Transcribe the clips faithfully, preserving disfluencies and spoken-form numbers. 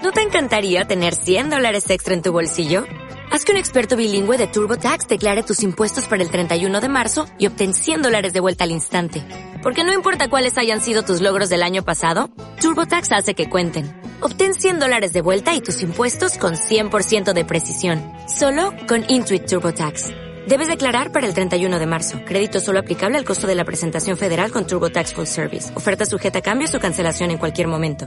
¿No te encantaría tener cien dólares extra en tu bolsillo? Haz que un experto bilingüe de TurboTax declare tus impuestos para el treinta y uno de marzo y obtén cien dólares de vuelta al instante. Porque no importa cuáles hayan sido tus logros del año pasado, TurboTax hace que cuenten. Obtén cien dólares de vuelta y tus impuestos con cien por ciento de precisión. Solo con Intuit TurboTax. Debes declarar para el treinta y uno de marzo. Crédito solo aplicable al costo de la presentación federal con TurboTax Full Service. Oferta sujeta a cambios o cancelación en cualquier momento.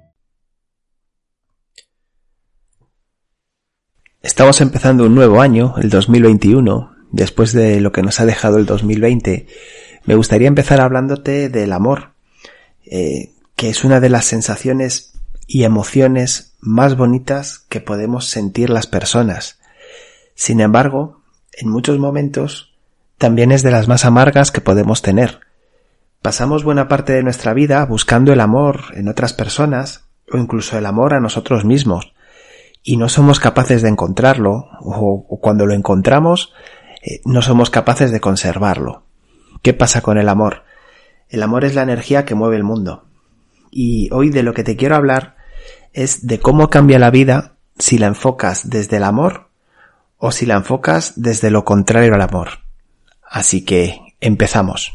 Estamos empezando un nuevo año, el dos mil veintiuno, después de lo que nos ha dejado el dos mil veinte. Me gustaría empezar hablándote del amor, eh, que es una de las sensaciones y emociones más bonitas que podemos sentir las personas. Sin embargo, en muchos momentos también es de las más amargas que podemos tener. Pasamos buena parte de nuestra vida buscando el amor en otras personas o incluso el amor a nosotros mismos. Y no somos capaces de encontrarlo, o, o cuando lo encontramos, eh, no somos capaces de conservarlo. ¿Qué pasa con el amor? El amor es la energía que mueve el mundo. Y hoy de lo que te quiero hablar es de cómo cambia la vida si la enfocas desde el amor o si la enfocas desde lo contrario al amor. Así que empezamos.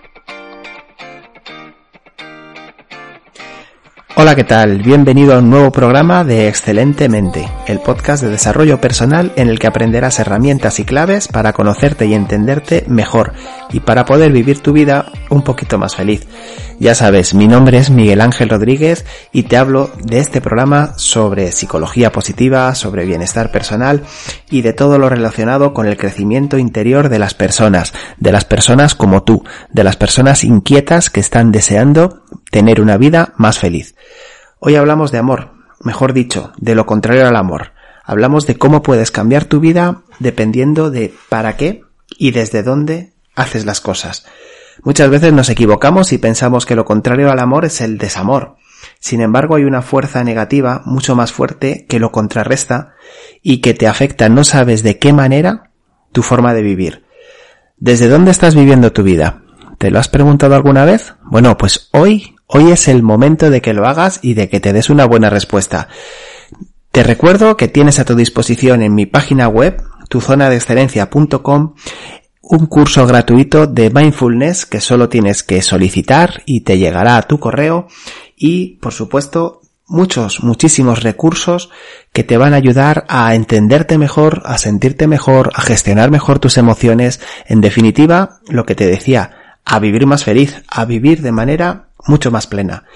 Hola, ¿qué tal? Bienvenido a un nuevo programa de Excelentemente, el podcast de desarrollo personal en el que aprenderás herramientas y claves para conocerte y entenderte mejor y para poder vivir tu vida un poquito más feliz. Ya sabes, mi nombre es Miguel Ángel Rodríguez y te hablo de este programa sobre psicología positiva, sobre bienestar personal y de todo lo relacionado con el crecimiento interior de las personas, de las personas como tú, de las personas inquietas que están deseando tener una vida más feliz. Hoy hablamos de amor, mejor dicho, de lo contrario al amor. Hablamos de cómo puedes cambiar tu vida dependiendo de para qué y desde dónde haces las cosas. Muchas veces nos equivocamos y pensamos que lo contrario al amor es el desamor. Sin embargo, hay una fuerza negativa mucho más fuerte que lo contrarresta y que te afecta no sabes de qué manera tu forma de vivir. ¿Desde dónde estás viviendo tu vida? ¿Te lo has preguntado alguna vez? Bueno, pues hoy Hoy es el momento de que lo hagas y de que te des una buena respuesta. Te recuerdo que tienes a tu disposición en mi página web, tu zona de excelencia punto com, un curso gratuito de mindfulness que solo tienes que solicitar y te llegará a tu correo y, por supuesto, muchos, muchísimos recursos que te van a ayudar a entenderte mejor, a sentirte mejor, a gestionar mejor tus emociones. En definitiva, lo que te decía, a vivir más feliz, a vivir de manera mucho más plena.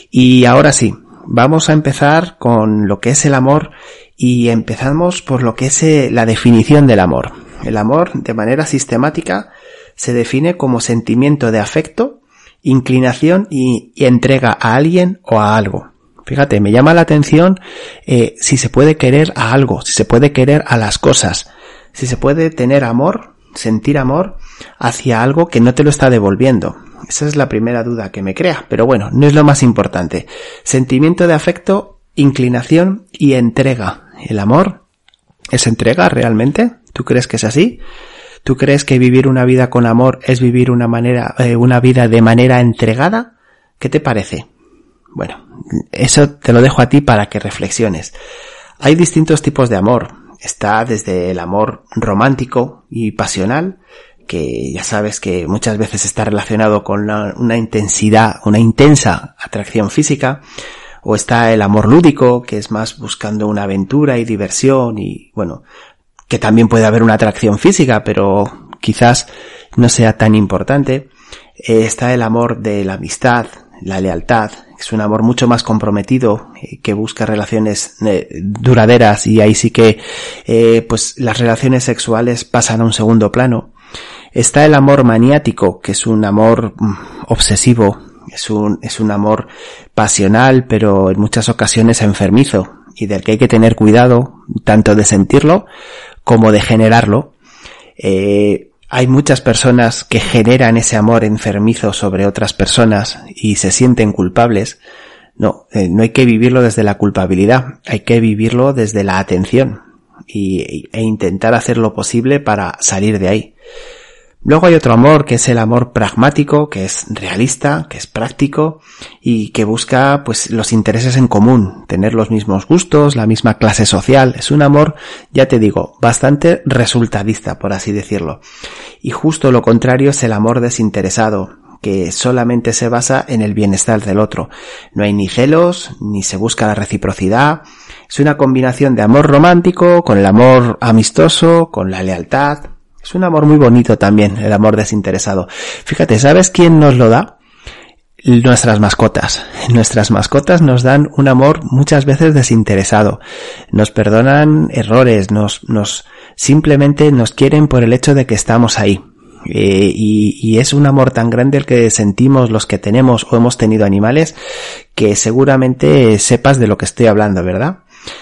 Y ahora sí, vamos a empezar con lo que es el amor y empezamos por lo que es eh, la definición del amor. El amor, de manera sistemática, se define como sentimiento de afecto, inclinación y, y entrega a alguien o a algo. Fíjate, me llama la atención eh, si se puede querer a algo, si se puede querer a las cosas, si se puede tener amor, sentir amor hacia algo que no te lo está devolviendo. Esa es la primera duda que me crea, pero bueno, no es lo más importante. Sentimiento de afecto, inclinación y entrega. ¿El amor es entrega realmente? ¿Tú crees que es así? ¿Tú crees que vivir una vida con amor es vivir una manera, eh, una vida de manera entregada? ¿Qué te parece? Bueno, eso te lo dejo a ti para que reflexiones. Hay distintos tipos de amor. Está desde el amor romántico y pasional, que ya sabes que muchas veces está relacionado con una, una intensidad, una intensa atracción física, o está el amor lúdico, que es más buscando una aventura y diversión y, bueno, que también puede haber una atracción física, pero quizás no sea tan importante. Eh, está el amor de la amistad, la lealtad, que es un amor mucho más comprometido, eh, que busca relaciones eh, duraderas y ahí sí que, eh, pues las relaciones sexuales pasan a un segundo plano. Está el amor maniático, que es un amor mm, obsesivo, es un, es un amor pasional, pero en muchas ocasiones enfermizo, y del que hay que tener cuidado, tanto de sentirlo como de generarlo. Eh, hay muchas personas que generan ese amor enfermizo sobre otras personas y se sienten culpables. No, eh, no hay que vivirlo desde la culpabilidad, hay que vivirlo desde la atención y, e intentar hacer lo posible para salir de ahí. Luego hay otro amor que es el amor pragmático, que es realista, que es práctico y que busca pues los intereses en común, tener los mismos gustos, la misma clase social. Es un amor, ya te digo, bastante resultadista, por así decirlo. Y justo lo contrario es el amor desinteresado, que solamente se basa en el bienestar del otro. No hay ni celos, ni se busca la reciprocidad. Es una combinación de amor romántico con el amor amistoso, con la lealtad. Es un amor muy bonito también, el amor desinteresado. Fíjate, ¿sabes quién nos lo da? Nuestras mascotas. Nuestras mascotas nos dan un amor muchas veces desinteresado. Nos perdonan errores, nos, nos, simplemente nos quieren por el hecho de que estamos ahí. Eh, y, y es un amor tan grande el que sentimos los que tenemos o hemos tenido animales que seguramente sepas de lo que estoy hablando, ¿verdad?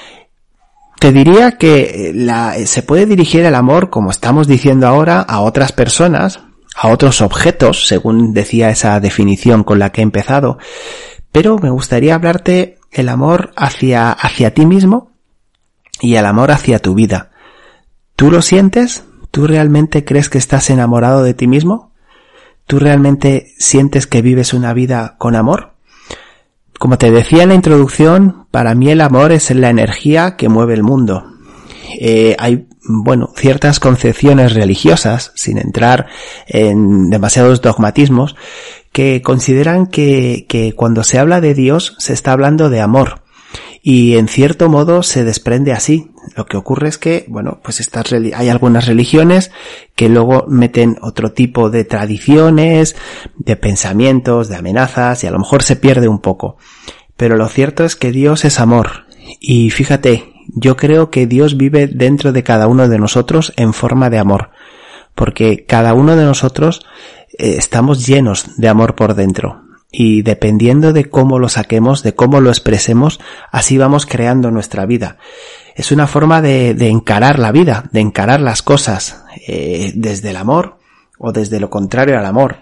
Te diría que la, se puede dirigir el amor, como estamos diciendo ahora, a otras personas, a otros objetos, según decía esa definición con la que he empezado, pero me gustaría hablarte el amor hacia, hacia ti mismo y el amor hacia tu vida. ¿Tú lo sientes? ¿Tú realmente crees que estás enamorado de ti mismo? ¿Tú realmente sientes que vives una vida con amor? Como te decía en la introducción, para mí el amor es la energía que mueve el mundo. Eh, hay, bueno, ciertas concepciones religiosas, sin entrar en demasiados dogmatismos, que consideran que, que cuando se habla de Dios se está hablando de amor. Y en cierto modo se desprende así. Lo que ocurre es que, bueno, pues estas hay algunas religiones que luego meten otro tipo de tradiciones, de pensamientos, de amenazas, y a lo mejor se pierde un poco. Pero lo cierto es que Dios es amor. Y fíjate, yo creo que Dios vive dentro de cada uno de nosotros en forma de amor. Porque cada uno de nosotros eh, estamos llenos de amor por dentro. Y dependiendo de cómo lo saquemos, de cómo lo expresemos, así vamos creando nuestra vida. Es una forma de, de encarar la vida, de encarar las cosas, eh, desde el amor o desde lo contrario al amor.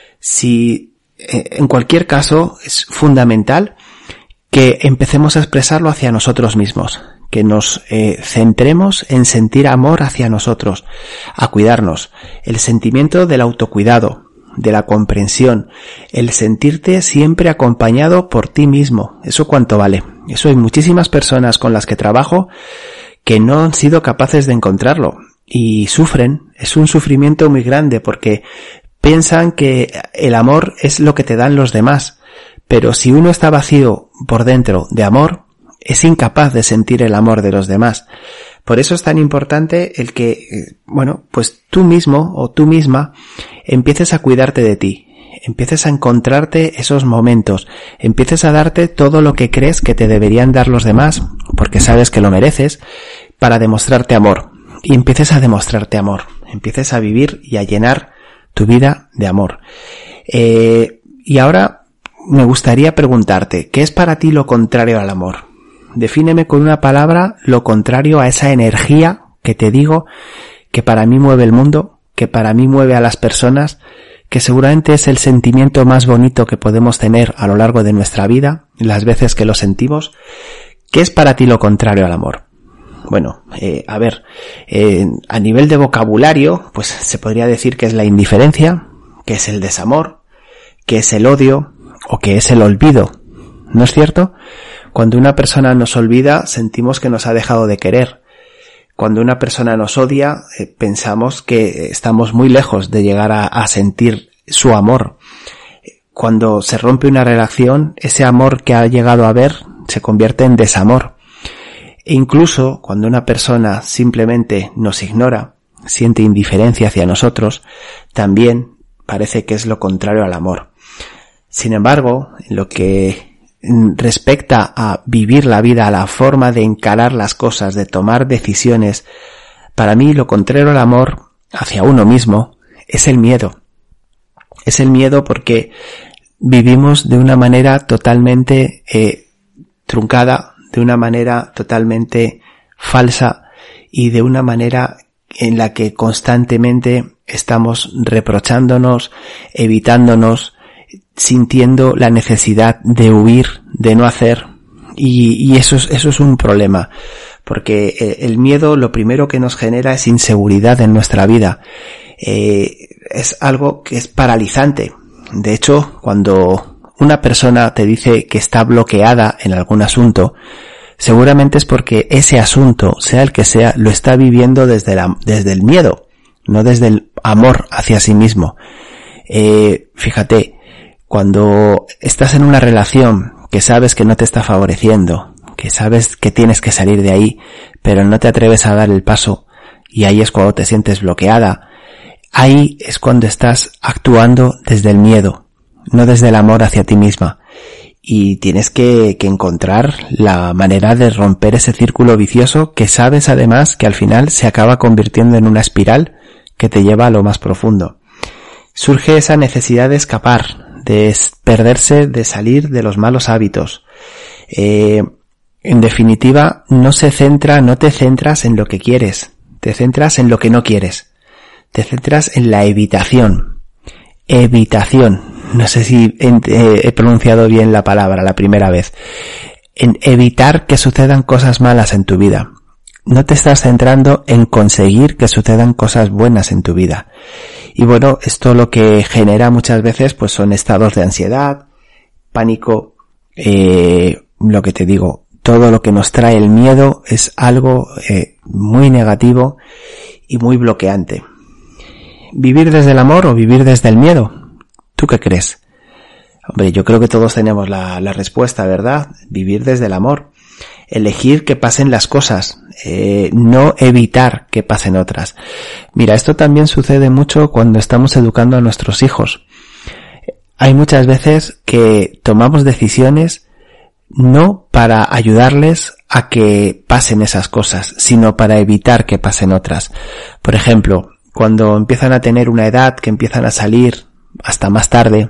Si, eh, en cualquier caso, es fundamental que empecemos a expresarlo hacia nosotros mismos, que nos eh, centremos en sentir amor hacia nosotros, a cuidarnos, el sentimiento del autocuidado, de la comprensión, el sentirte siempre acompañado por ti mismo. Eso cuánto vale. Eso hay muchísimas personas con las que trabajo que no han sido capaces de encontrarlo y sufren. Es un sufrimiento muy grande porque piensan que el amor es lo que te dan los demás, pero si uno está vacío por dentro de amor, es incapaz de sentir el amor de los demás. Por eso es tan importante el que, bueno, pues tú mismo o tú misma empieces a cuidarte de ti, empieces a encontrarte esos momentos, empieces a darte todo lo que crees que te deberían dar los demás, porque sabes que lo mereces, para demostrarte amor. Y empieces a demostrarte amor, empieces a vivir y a llenar tu vida de amor. Eh, y ahora me gustaría preguntarte, ¿qué es para ti lo contrario al amor? Defíneme con una palabra lo contrario a esa energía que te digo que para mí mueve el mundo, que para mí mueve a las personas, que seguramente es el sentimiento más bonito que podemos tener a lo largo de nuestra vida, las veces que lo sentimos. ¿Qué es para ti lo contrario al amor? Bueno, eh, a ver, eh, a nivel de vocabulario, pues se podría decir que es la indiferencia, que es el desamor, que es el odio o que es el olvido. ¿No es cierto? Cuando una persona nos olvida, sentimos que nos ha dejado de querer. Cuando una persona nos odia, eh, pensamos que estamos muy lejos de llegar a, a sentir su amor. Cuando se rompe una relación, ese amor que ha llegado a haber se convierte en desamor. E incluso cuando una persona simplemente nos ignora, siente indiferencia hacia nosotros, también parece que es lo contrario al amor. Sin embargo, en lo que respecta a vivir la vida, a la forma de encarar las cosas, de tomar decisiones, para mí lo contrario al amor hacia uno mismo es el miedo. Es el miedo porque vivimos de una manera totalmente eh, truncada, de una manera totalmente falsa y de una manera en la que constantemente estamos reprochándonos, evitándonos, sintiendo la necesidad de huir, de no hacer, y, y eso es, eso es un problema, porque el miedo lo primero que nos genera es inseguridad en nuestra vida. Eh, es algo que es paralizante. De hecho, cuando una persona te dice que está bloqueada en algún asunto, seguramente es porque ese asunto, sea el que sea, lo está viviendo desde, la, desde el miedo, no desde el amor hacia sí mismo. Eh, fíjate, cuando estás en una relación que sabes que no te está favoreciendo, que sabes que tienes que salir de ahí, pero no te atreves a dar el paso, y ahí es cuando te sientes bloqueada, ahí es cuando estás actuando desde el miedo, no desde el amor hacia ti misma. Y tienes que, que encontrar la manera de romper ese círculo vicioso que sabes además que al final se acaba convirtiendo en una espiral que te lleva a lo más profundo. Surge esa necesidad de escapar, de perderse, de salir de los malos hábitos. Eh, en definitiva, no se centra, no te centras en lo que quieres, te centras en lo que no quieres. Te centras en la evitación. Evitación. No sé si he pronunciado bien la palabra la primera vez. En evitar que sucedan cosas malas en tu vida. No te estás centrando en conseguir que sucedan cosas buenas en tu vida. Y bueno, esto lo que genera muchas veces pues son estados de ansiedad, pánico, eh, lo que te digo, todo lo que nos trae el miedo es algo eh, muy negativo y muy bloqueante. ¿Vivir desde el amor o vivir desde el miedo? ¿Tú qué crees? Hombre, yo creo que todos tenemos la, la respuesta, ¿verdad? Vivir desde el amor. Elegir que pasen las cosas, eh, no evitar que pasen otras. Mira, esto también sucede mucho cuando estamos educando a nuestros hijos. Hay muchas veces que tomamos decisiones no para ayudarles a que pasen esas cosas, sino para evitar que pasen otras. Por ejemplo, cuando empiezan a tener una edad, que empiezan a salir hasta más tarde,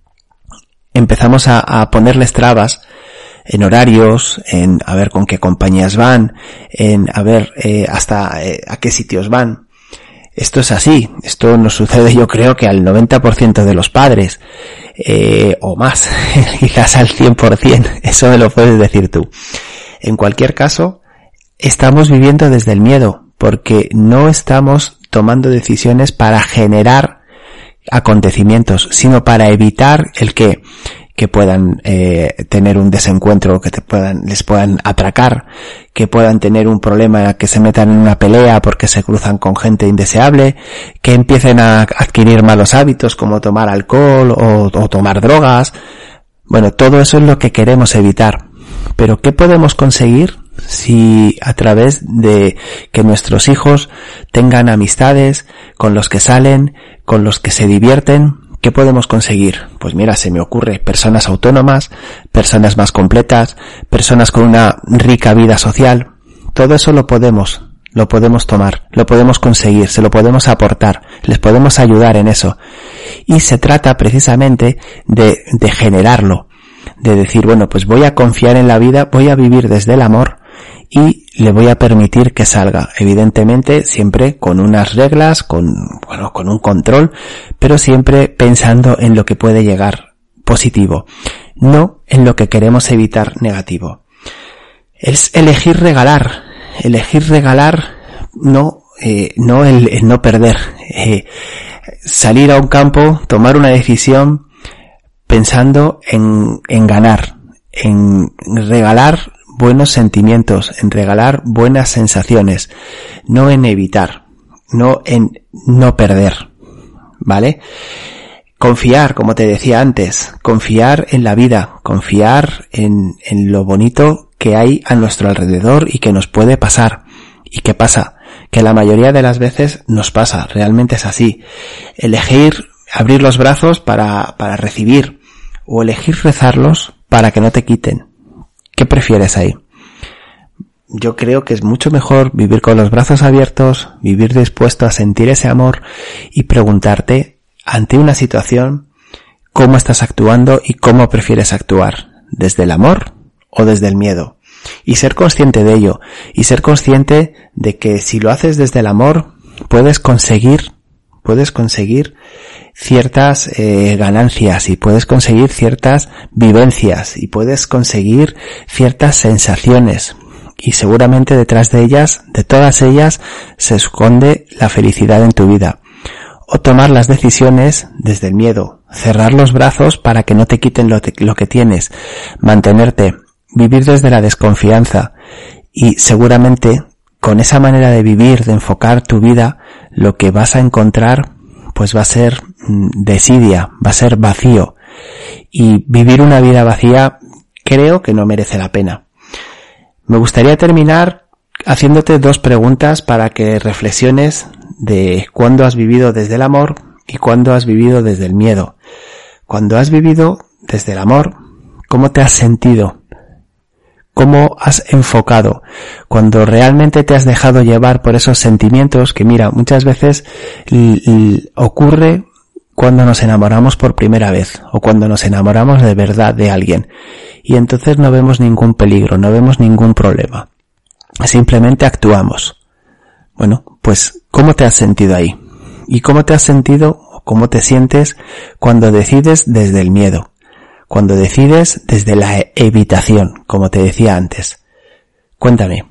empezamos a, a ponerles trabas en horarios, en a ver con qué compañías van, en a ver eh, hasta eh, a qué sitios van. Esto es así, esto nos sucede yo creo que al noventa por ciento de los padres, eh, o más, quizás al cien por ciento, eso me lo puedes decir tú. En cualquier caso, estamos viviendo desde el miedo, porque no estamos tomando decisiones para generar acontecimientos, sino para evitar el que que puedan eh, tener un desencuentro, que te puedan les puedan atracar, que puedan tener un problema, que se metan en una pelea porque se cruzan con gente indeseable, que empiecen a adquirir malos hábitos como tomar alcohol o, o tomar drogas. Bueno, todo eso es lo que queremos evitar. Pero ¿qué podemos conseguir si a través de que nuestros hijos tengan amistades con los que salen, con los que se divierten? ¿Qué podemos conseguir? Pues mira, se me ocurre personas autónomas, personas más completas, personas con una rica vida social. Todo eso lo podemos, lo podemos tomar, lo podemos conseguir, se lo podemos aportar, les podemos ayudar en eso. Y se trata precisamente de, de generarlo, de decir, bueno, pues voy a confiar en la vida, voy a vivir desde el amor y le voy a permitir que salga, evidentemente siempre con unas reglas, con, bueno, con un control, pero siempre pensando en lo que puede llegar positivo, no en lo que queremos evitar negativo. Es elegir regalar, elegir regalar, no, eh, no el, el no perder, eh, salir a un campo, tomar una decisión pensando en, en ganar, en regalar buenos sentimientos, en regalar buenas sensaciones, no en evitar, no en no perder, ¿vale? Confiar, como te decía antes, confiar en la vida, confiar en, en lo bonito que hay a nuestro alrededor y que nos puede pasar. ¿Y qué pasa? Que la mayoría de las veces nos pasa, realmente es así. Elegir abrir los brazos para, para recibir, o elegir rezarlos para que no te quiten. ¿Qué prefieres ahí? Yo creo que es mucho mejor vivir con los brazos abiertos, vivir dispuesto a sentir ese amor y preguntarte ante una situación cómo estás actuando y cómo prefieres actuar, desde el amor o desde el miedo. Y ser consciente de ello, y ser consciente de que si lo haces desde el amor puedes conseguir, puedes conseguir ciertas eh, ganancias y puedes conseguir ciertas vivencias y puedes conseguir ciertas sensaciones, y seguramente detrás de ellas, de todas ellas, se esconde la felicidad en tu vida. o tomar las decisiones desde el miedo, cerrar los brazos para que no te quiten lo, te, lo que tienes, mantenerte, vivir desde la desconfianza y seguramente con esa manera de vivir, de enfocar tu vida, lo que vas a encontrar pues va a ser desidia, va a ser vacío y vivir una vida vacía creo que no merece la pena. Me gustaría terminar haciéndote dos preguntas para que reflexiones de cuándo has vivido desde el amor y cuándo has vivido desde el miedo. Cuando has vivido desde el amor, ¿cómo te has sentido? ¿Cómo has enfocado? Cuando realmente te has dejado llevar por esos sentimientos que, mira, muchas veces l- l- ocurre cuando nos enamoramos por primera vez o cuando nos enamoramos de verdad de alguien y entonces no vemos ningún peligro, no vemos ningún problema. Simplemente actuamos. Bueno, pues, ¿cómo te has sentido ahí? ¿Y cómo te has sentido o cómo te sientes cuando decides desde el miedo? Cuando decides desde la evitación, como te decía antes. Cuéntame.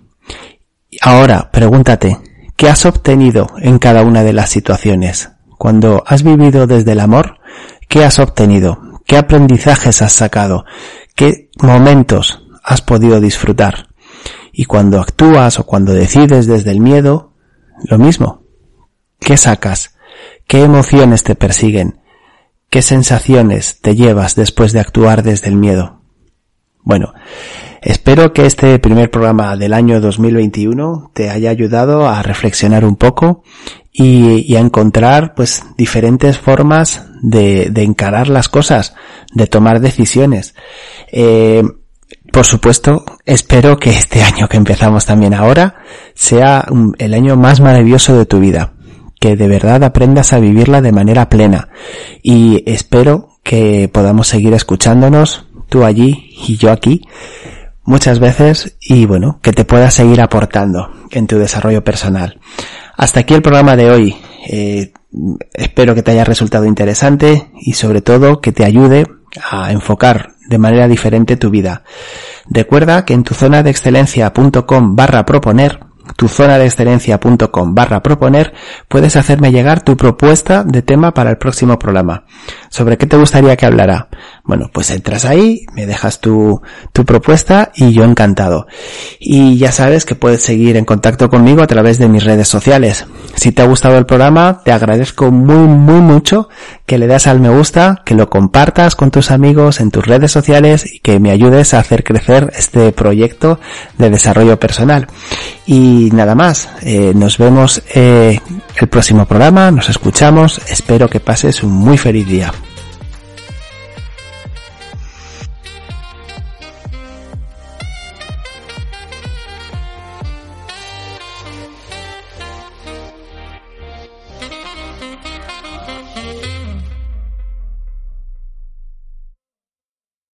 Ahora, pregúntate, ¿qué has obtenido en cada una de las situaciones? Cuando has vivido desde el amor, ¿qué has obtenido? ¿Qué aprendizajes has sacado? ¿Qué momentos has podido disfrutar? Y cuando actúas o cuando decides desde el miedo, lo mismo. ¿Qué sacas? ¿Qué emociones te persiguen? ¿Qué sensaciones te llevas después de actuar desde el miedo? Bueno, espero que este primer programa del año dos mil veintiuno te haya ayudado a reflexionar un poco y, y a encontrar pues diferentes formas de, de encarar las cosas, de tomar decisiones. Eh, por supuesto, espero que este año que empezamos también ahora sea el año más maravilloso de tu vida. Que de verdad aprendas a vivirla de manera plena y espero que podamos seguir escuchándonos, tú allí y yo aquí, muchas veces y bueno, que te pueda seguir aportando en tu desarrollo personal. Hasta aquí el programa de hoy. Eh, espero que te haya resultado interesante y sobre todo que te ayude a enfocar de manera diferente tu vida. Recuerda que en tu zona de excelencia punto com barra proponer tu zona de excelencia punto com barra proponer puedes hacerme llegar tu propuesta de tema para el próximo programa. ¿Sobre qué te gustaría que hablara? Bueno, pues entras ahí, me dejas tu, tu propuesta y yo encantado. Y ya sabes que puedes seguir en contacto conmigo a través de mis redes sociales. Si te ha gustado el programa, te agradezco muy, muy mucho que le das al me gusta, que lo compartas con tus amigos en tus redes sociales y que me ayudes a hacer crecer este proyecto de desarrollo personal. Y nada más, eh, nos vemos eh, el próximo programa, nos escuchamos, espero que pases un muy feliz día.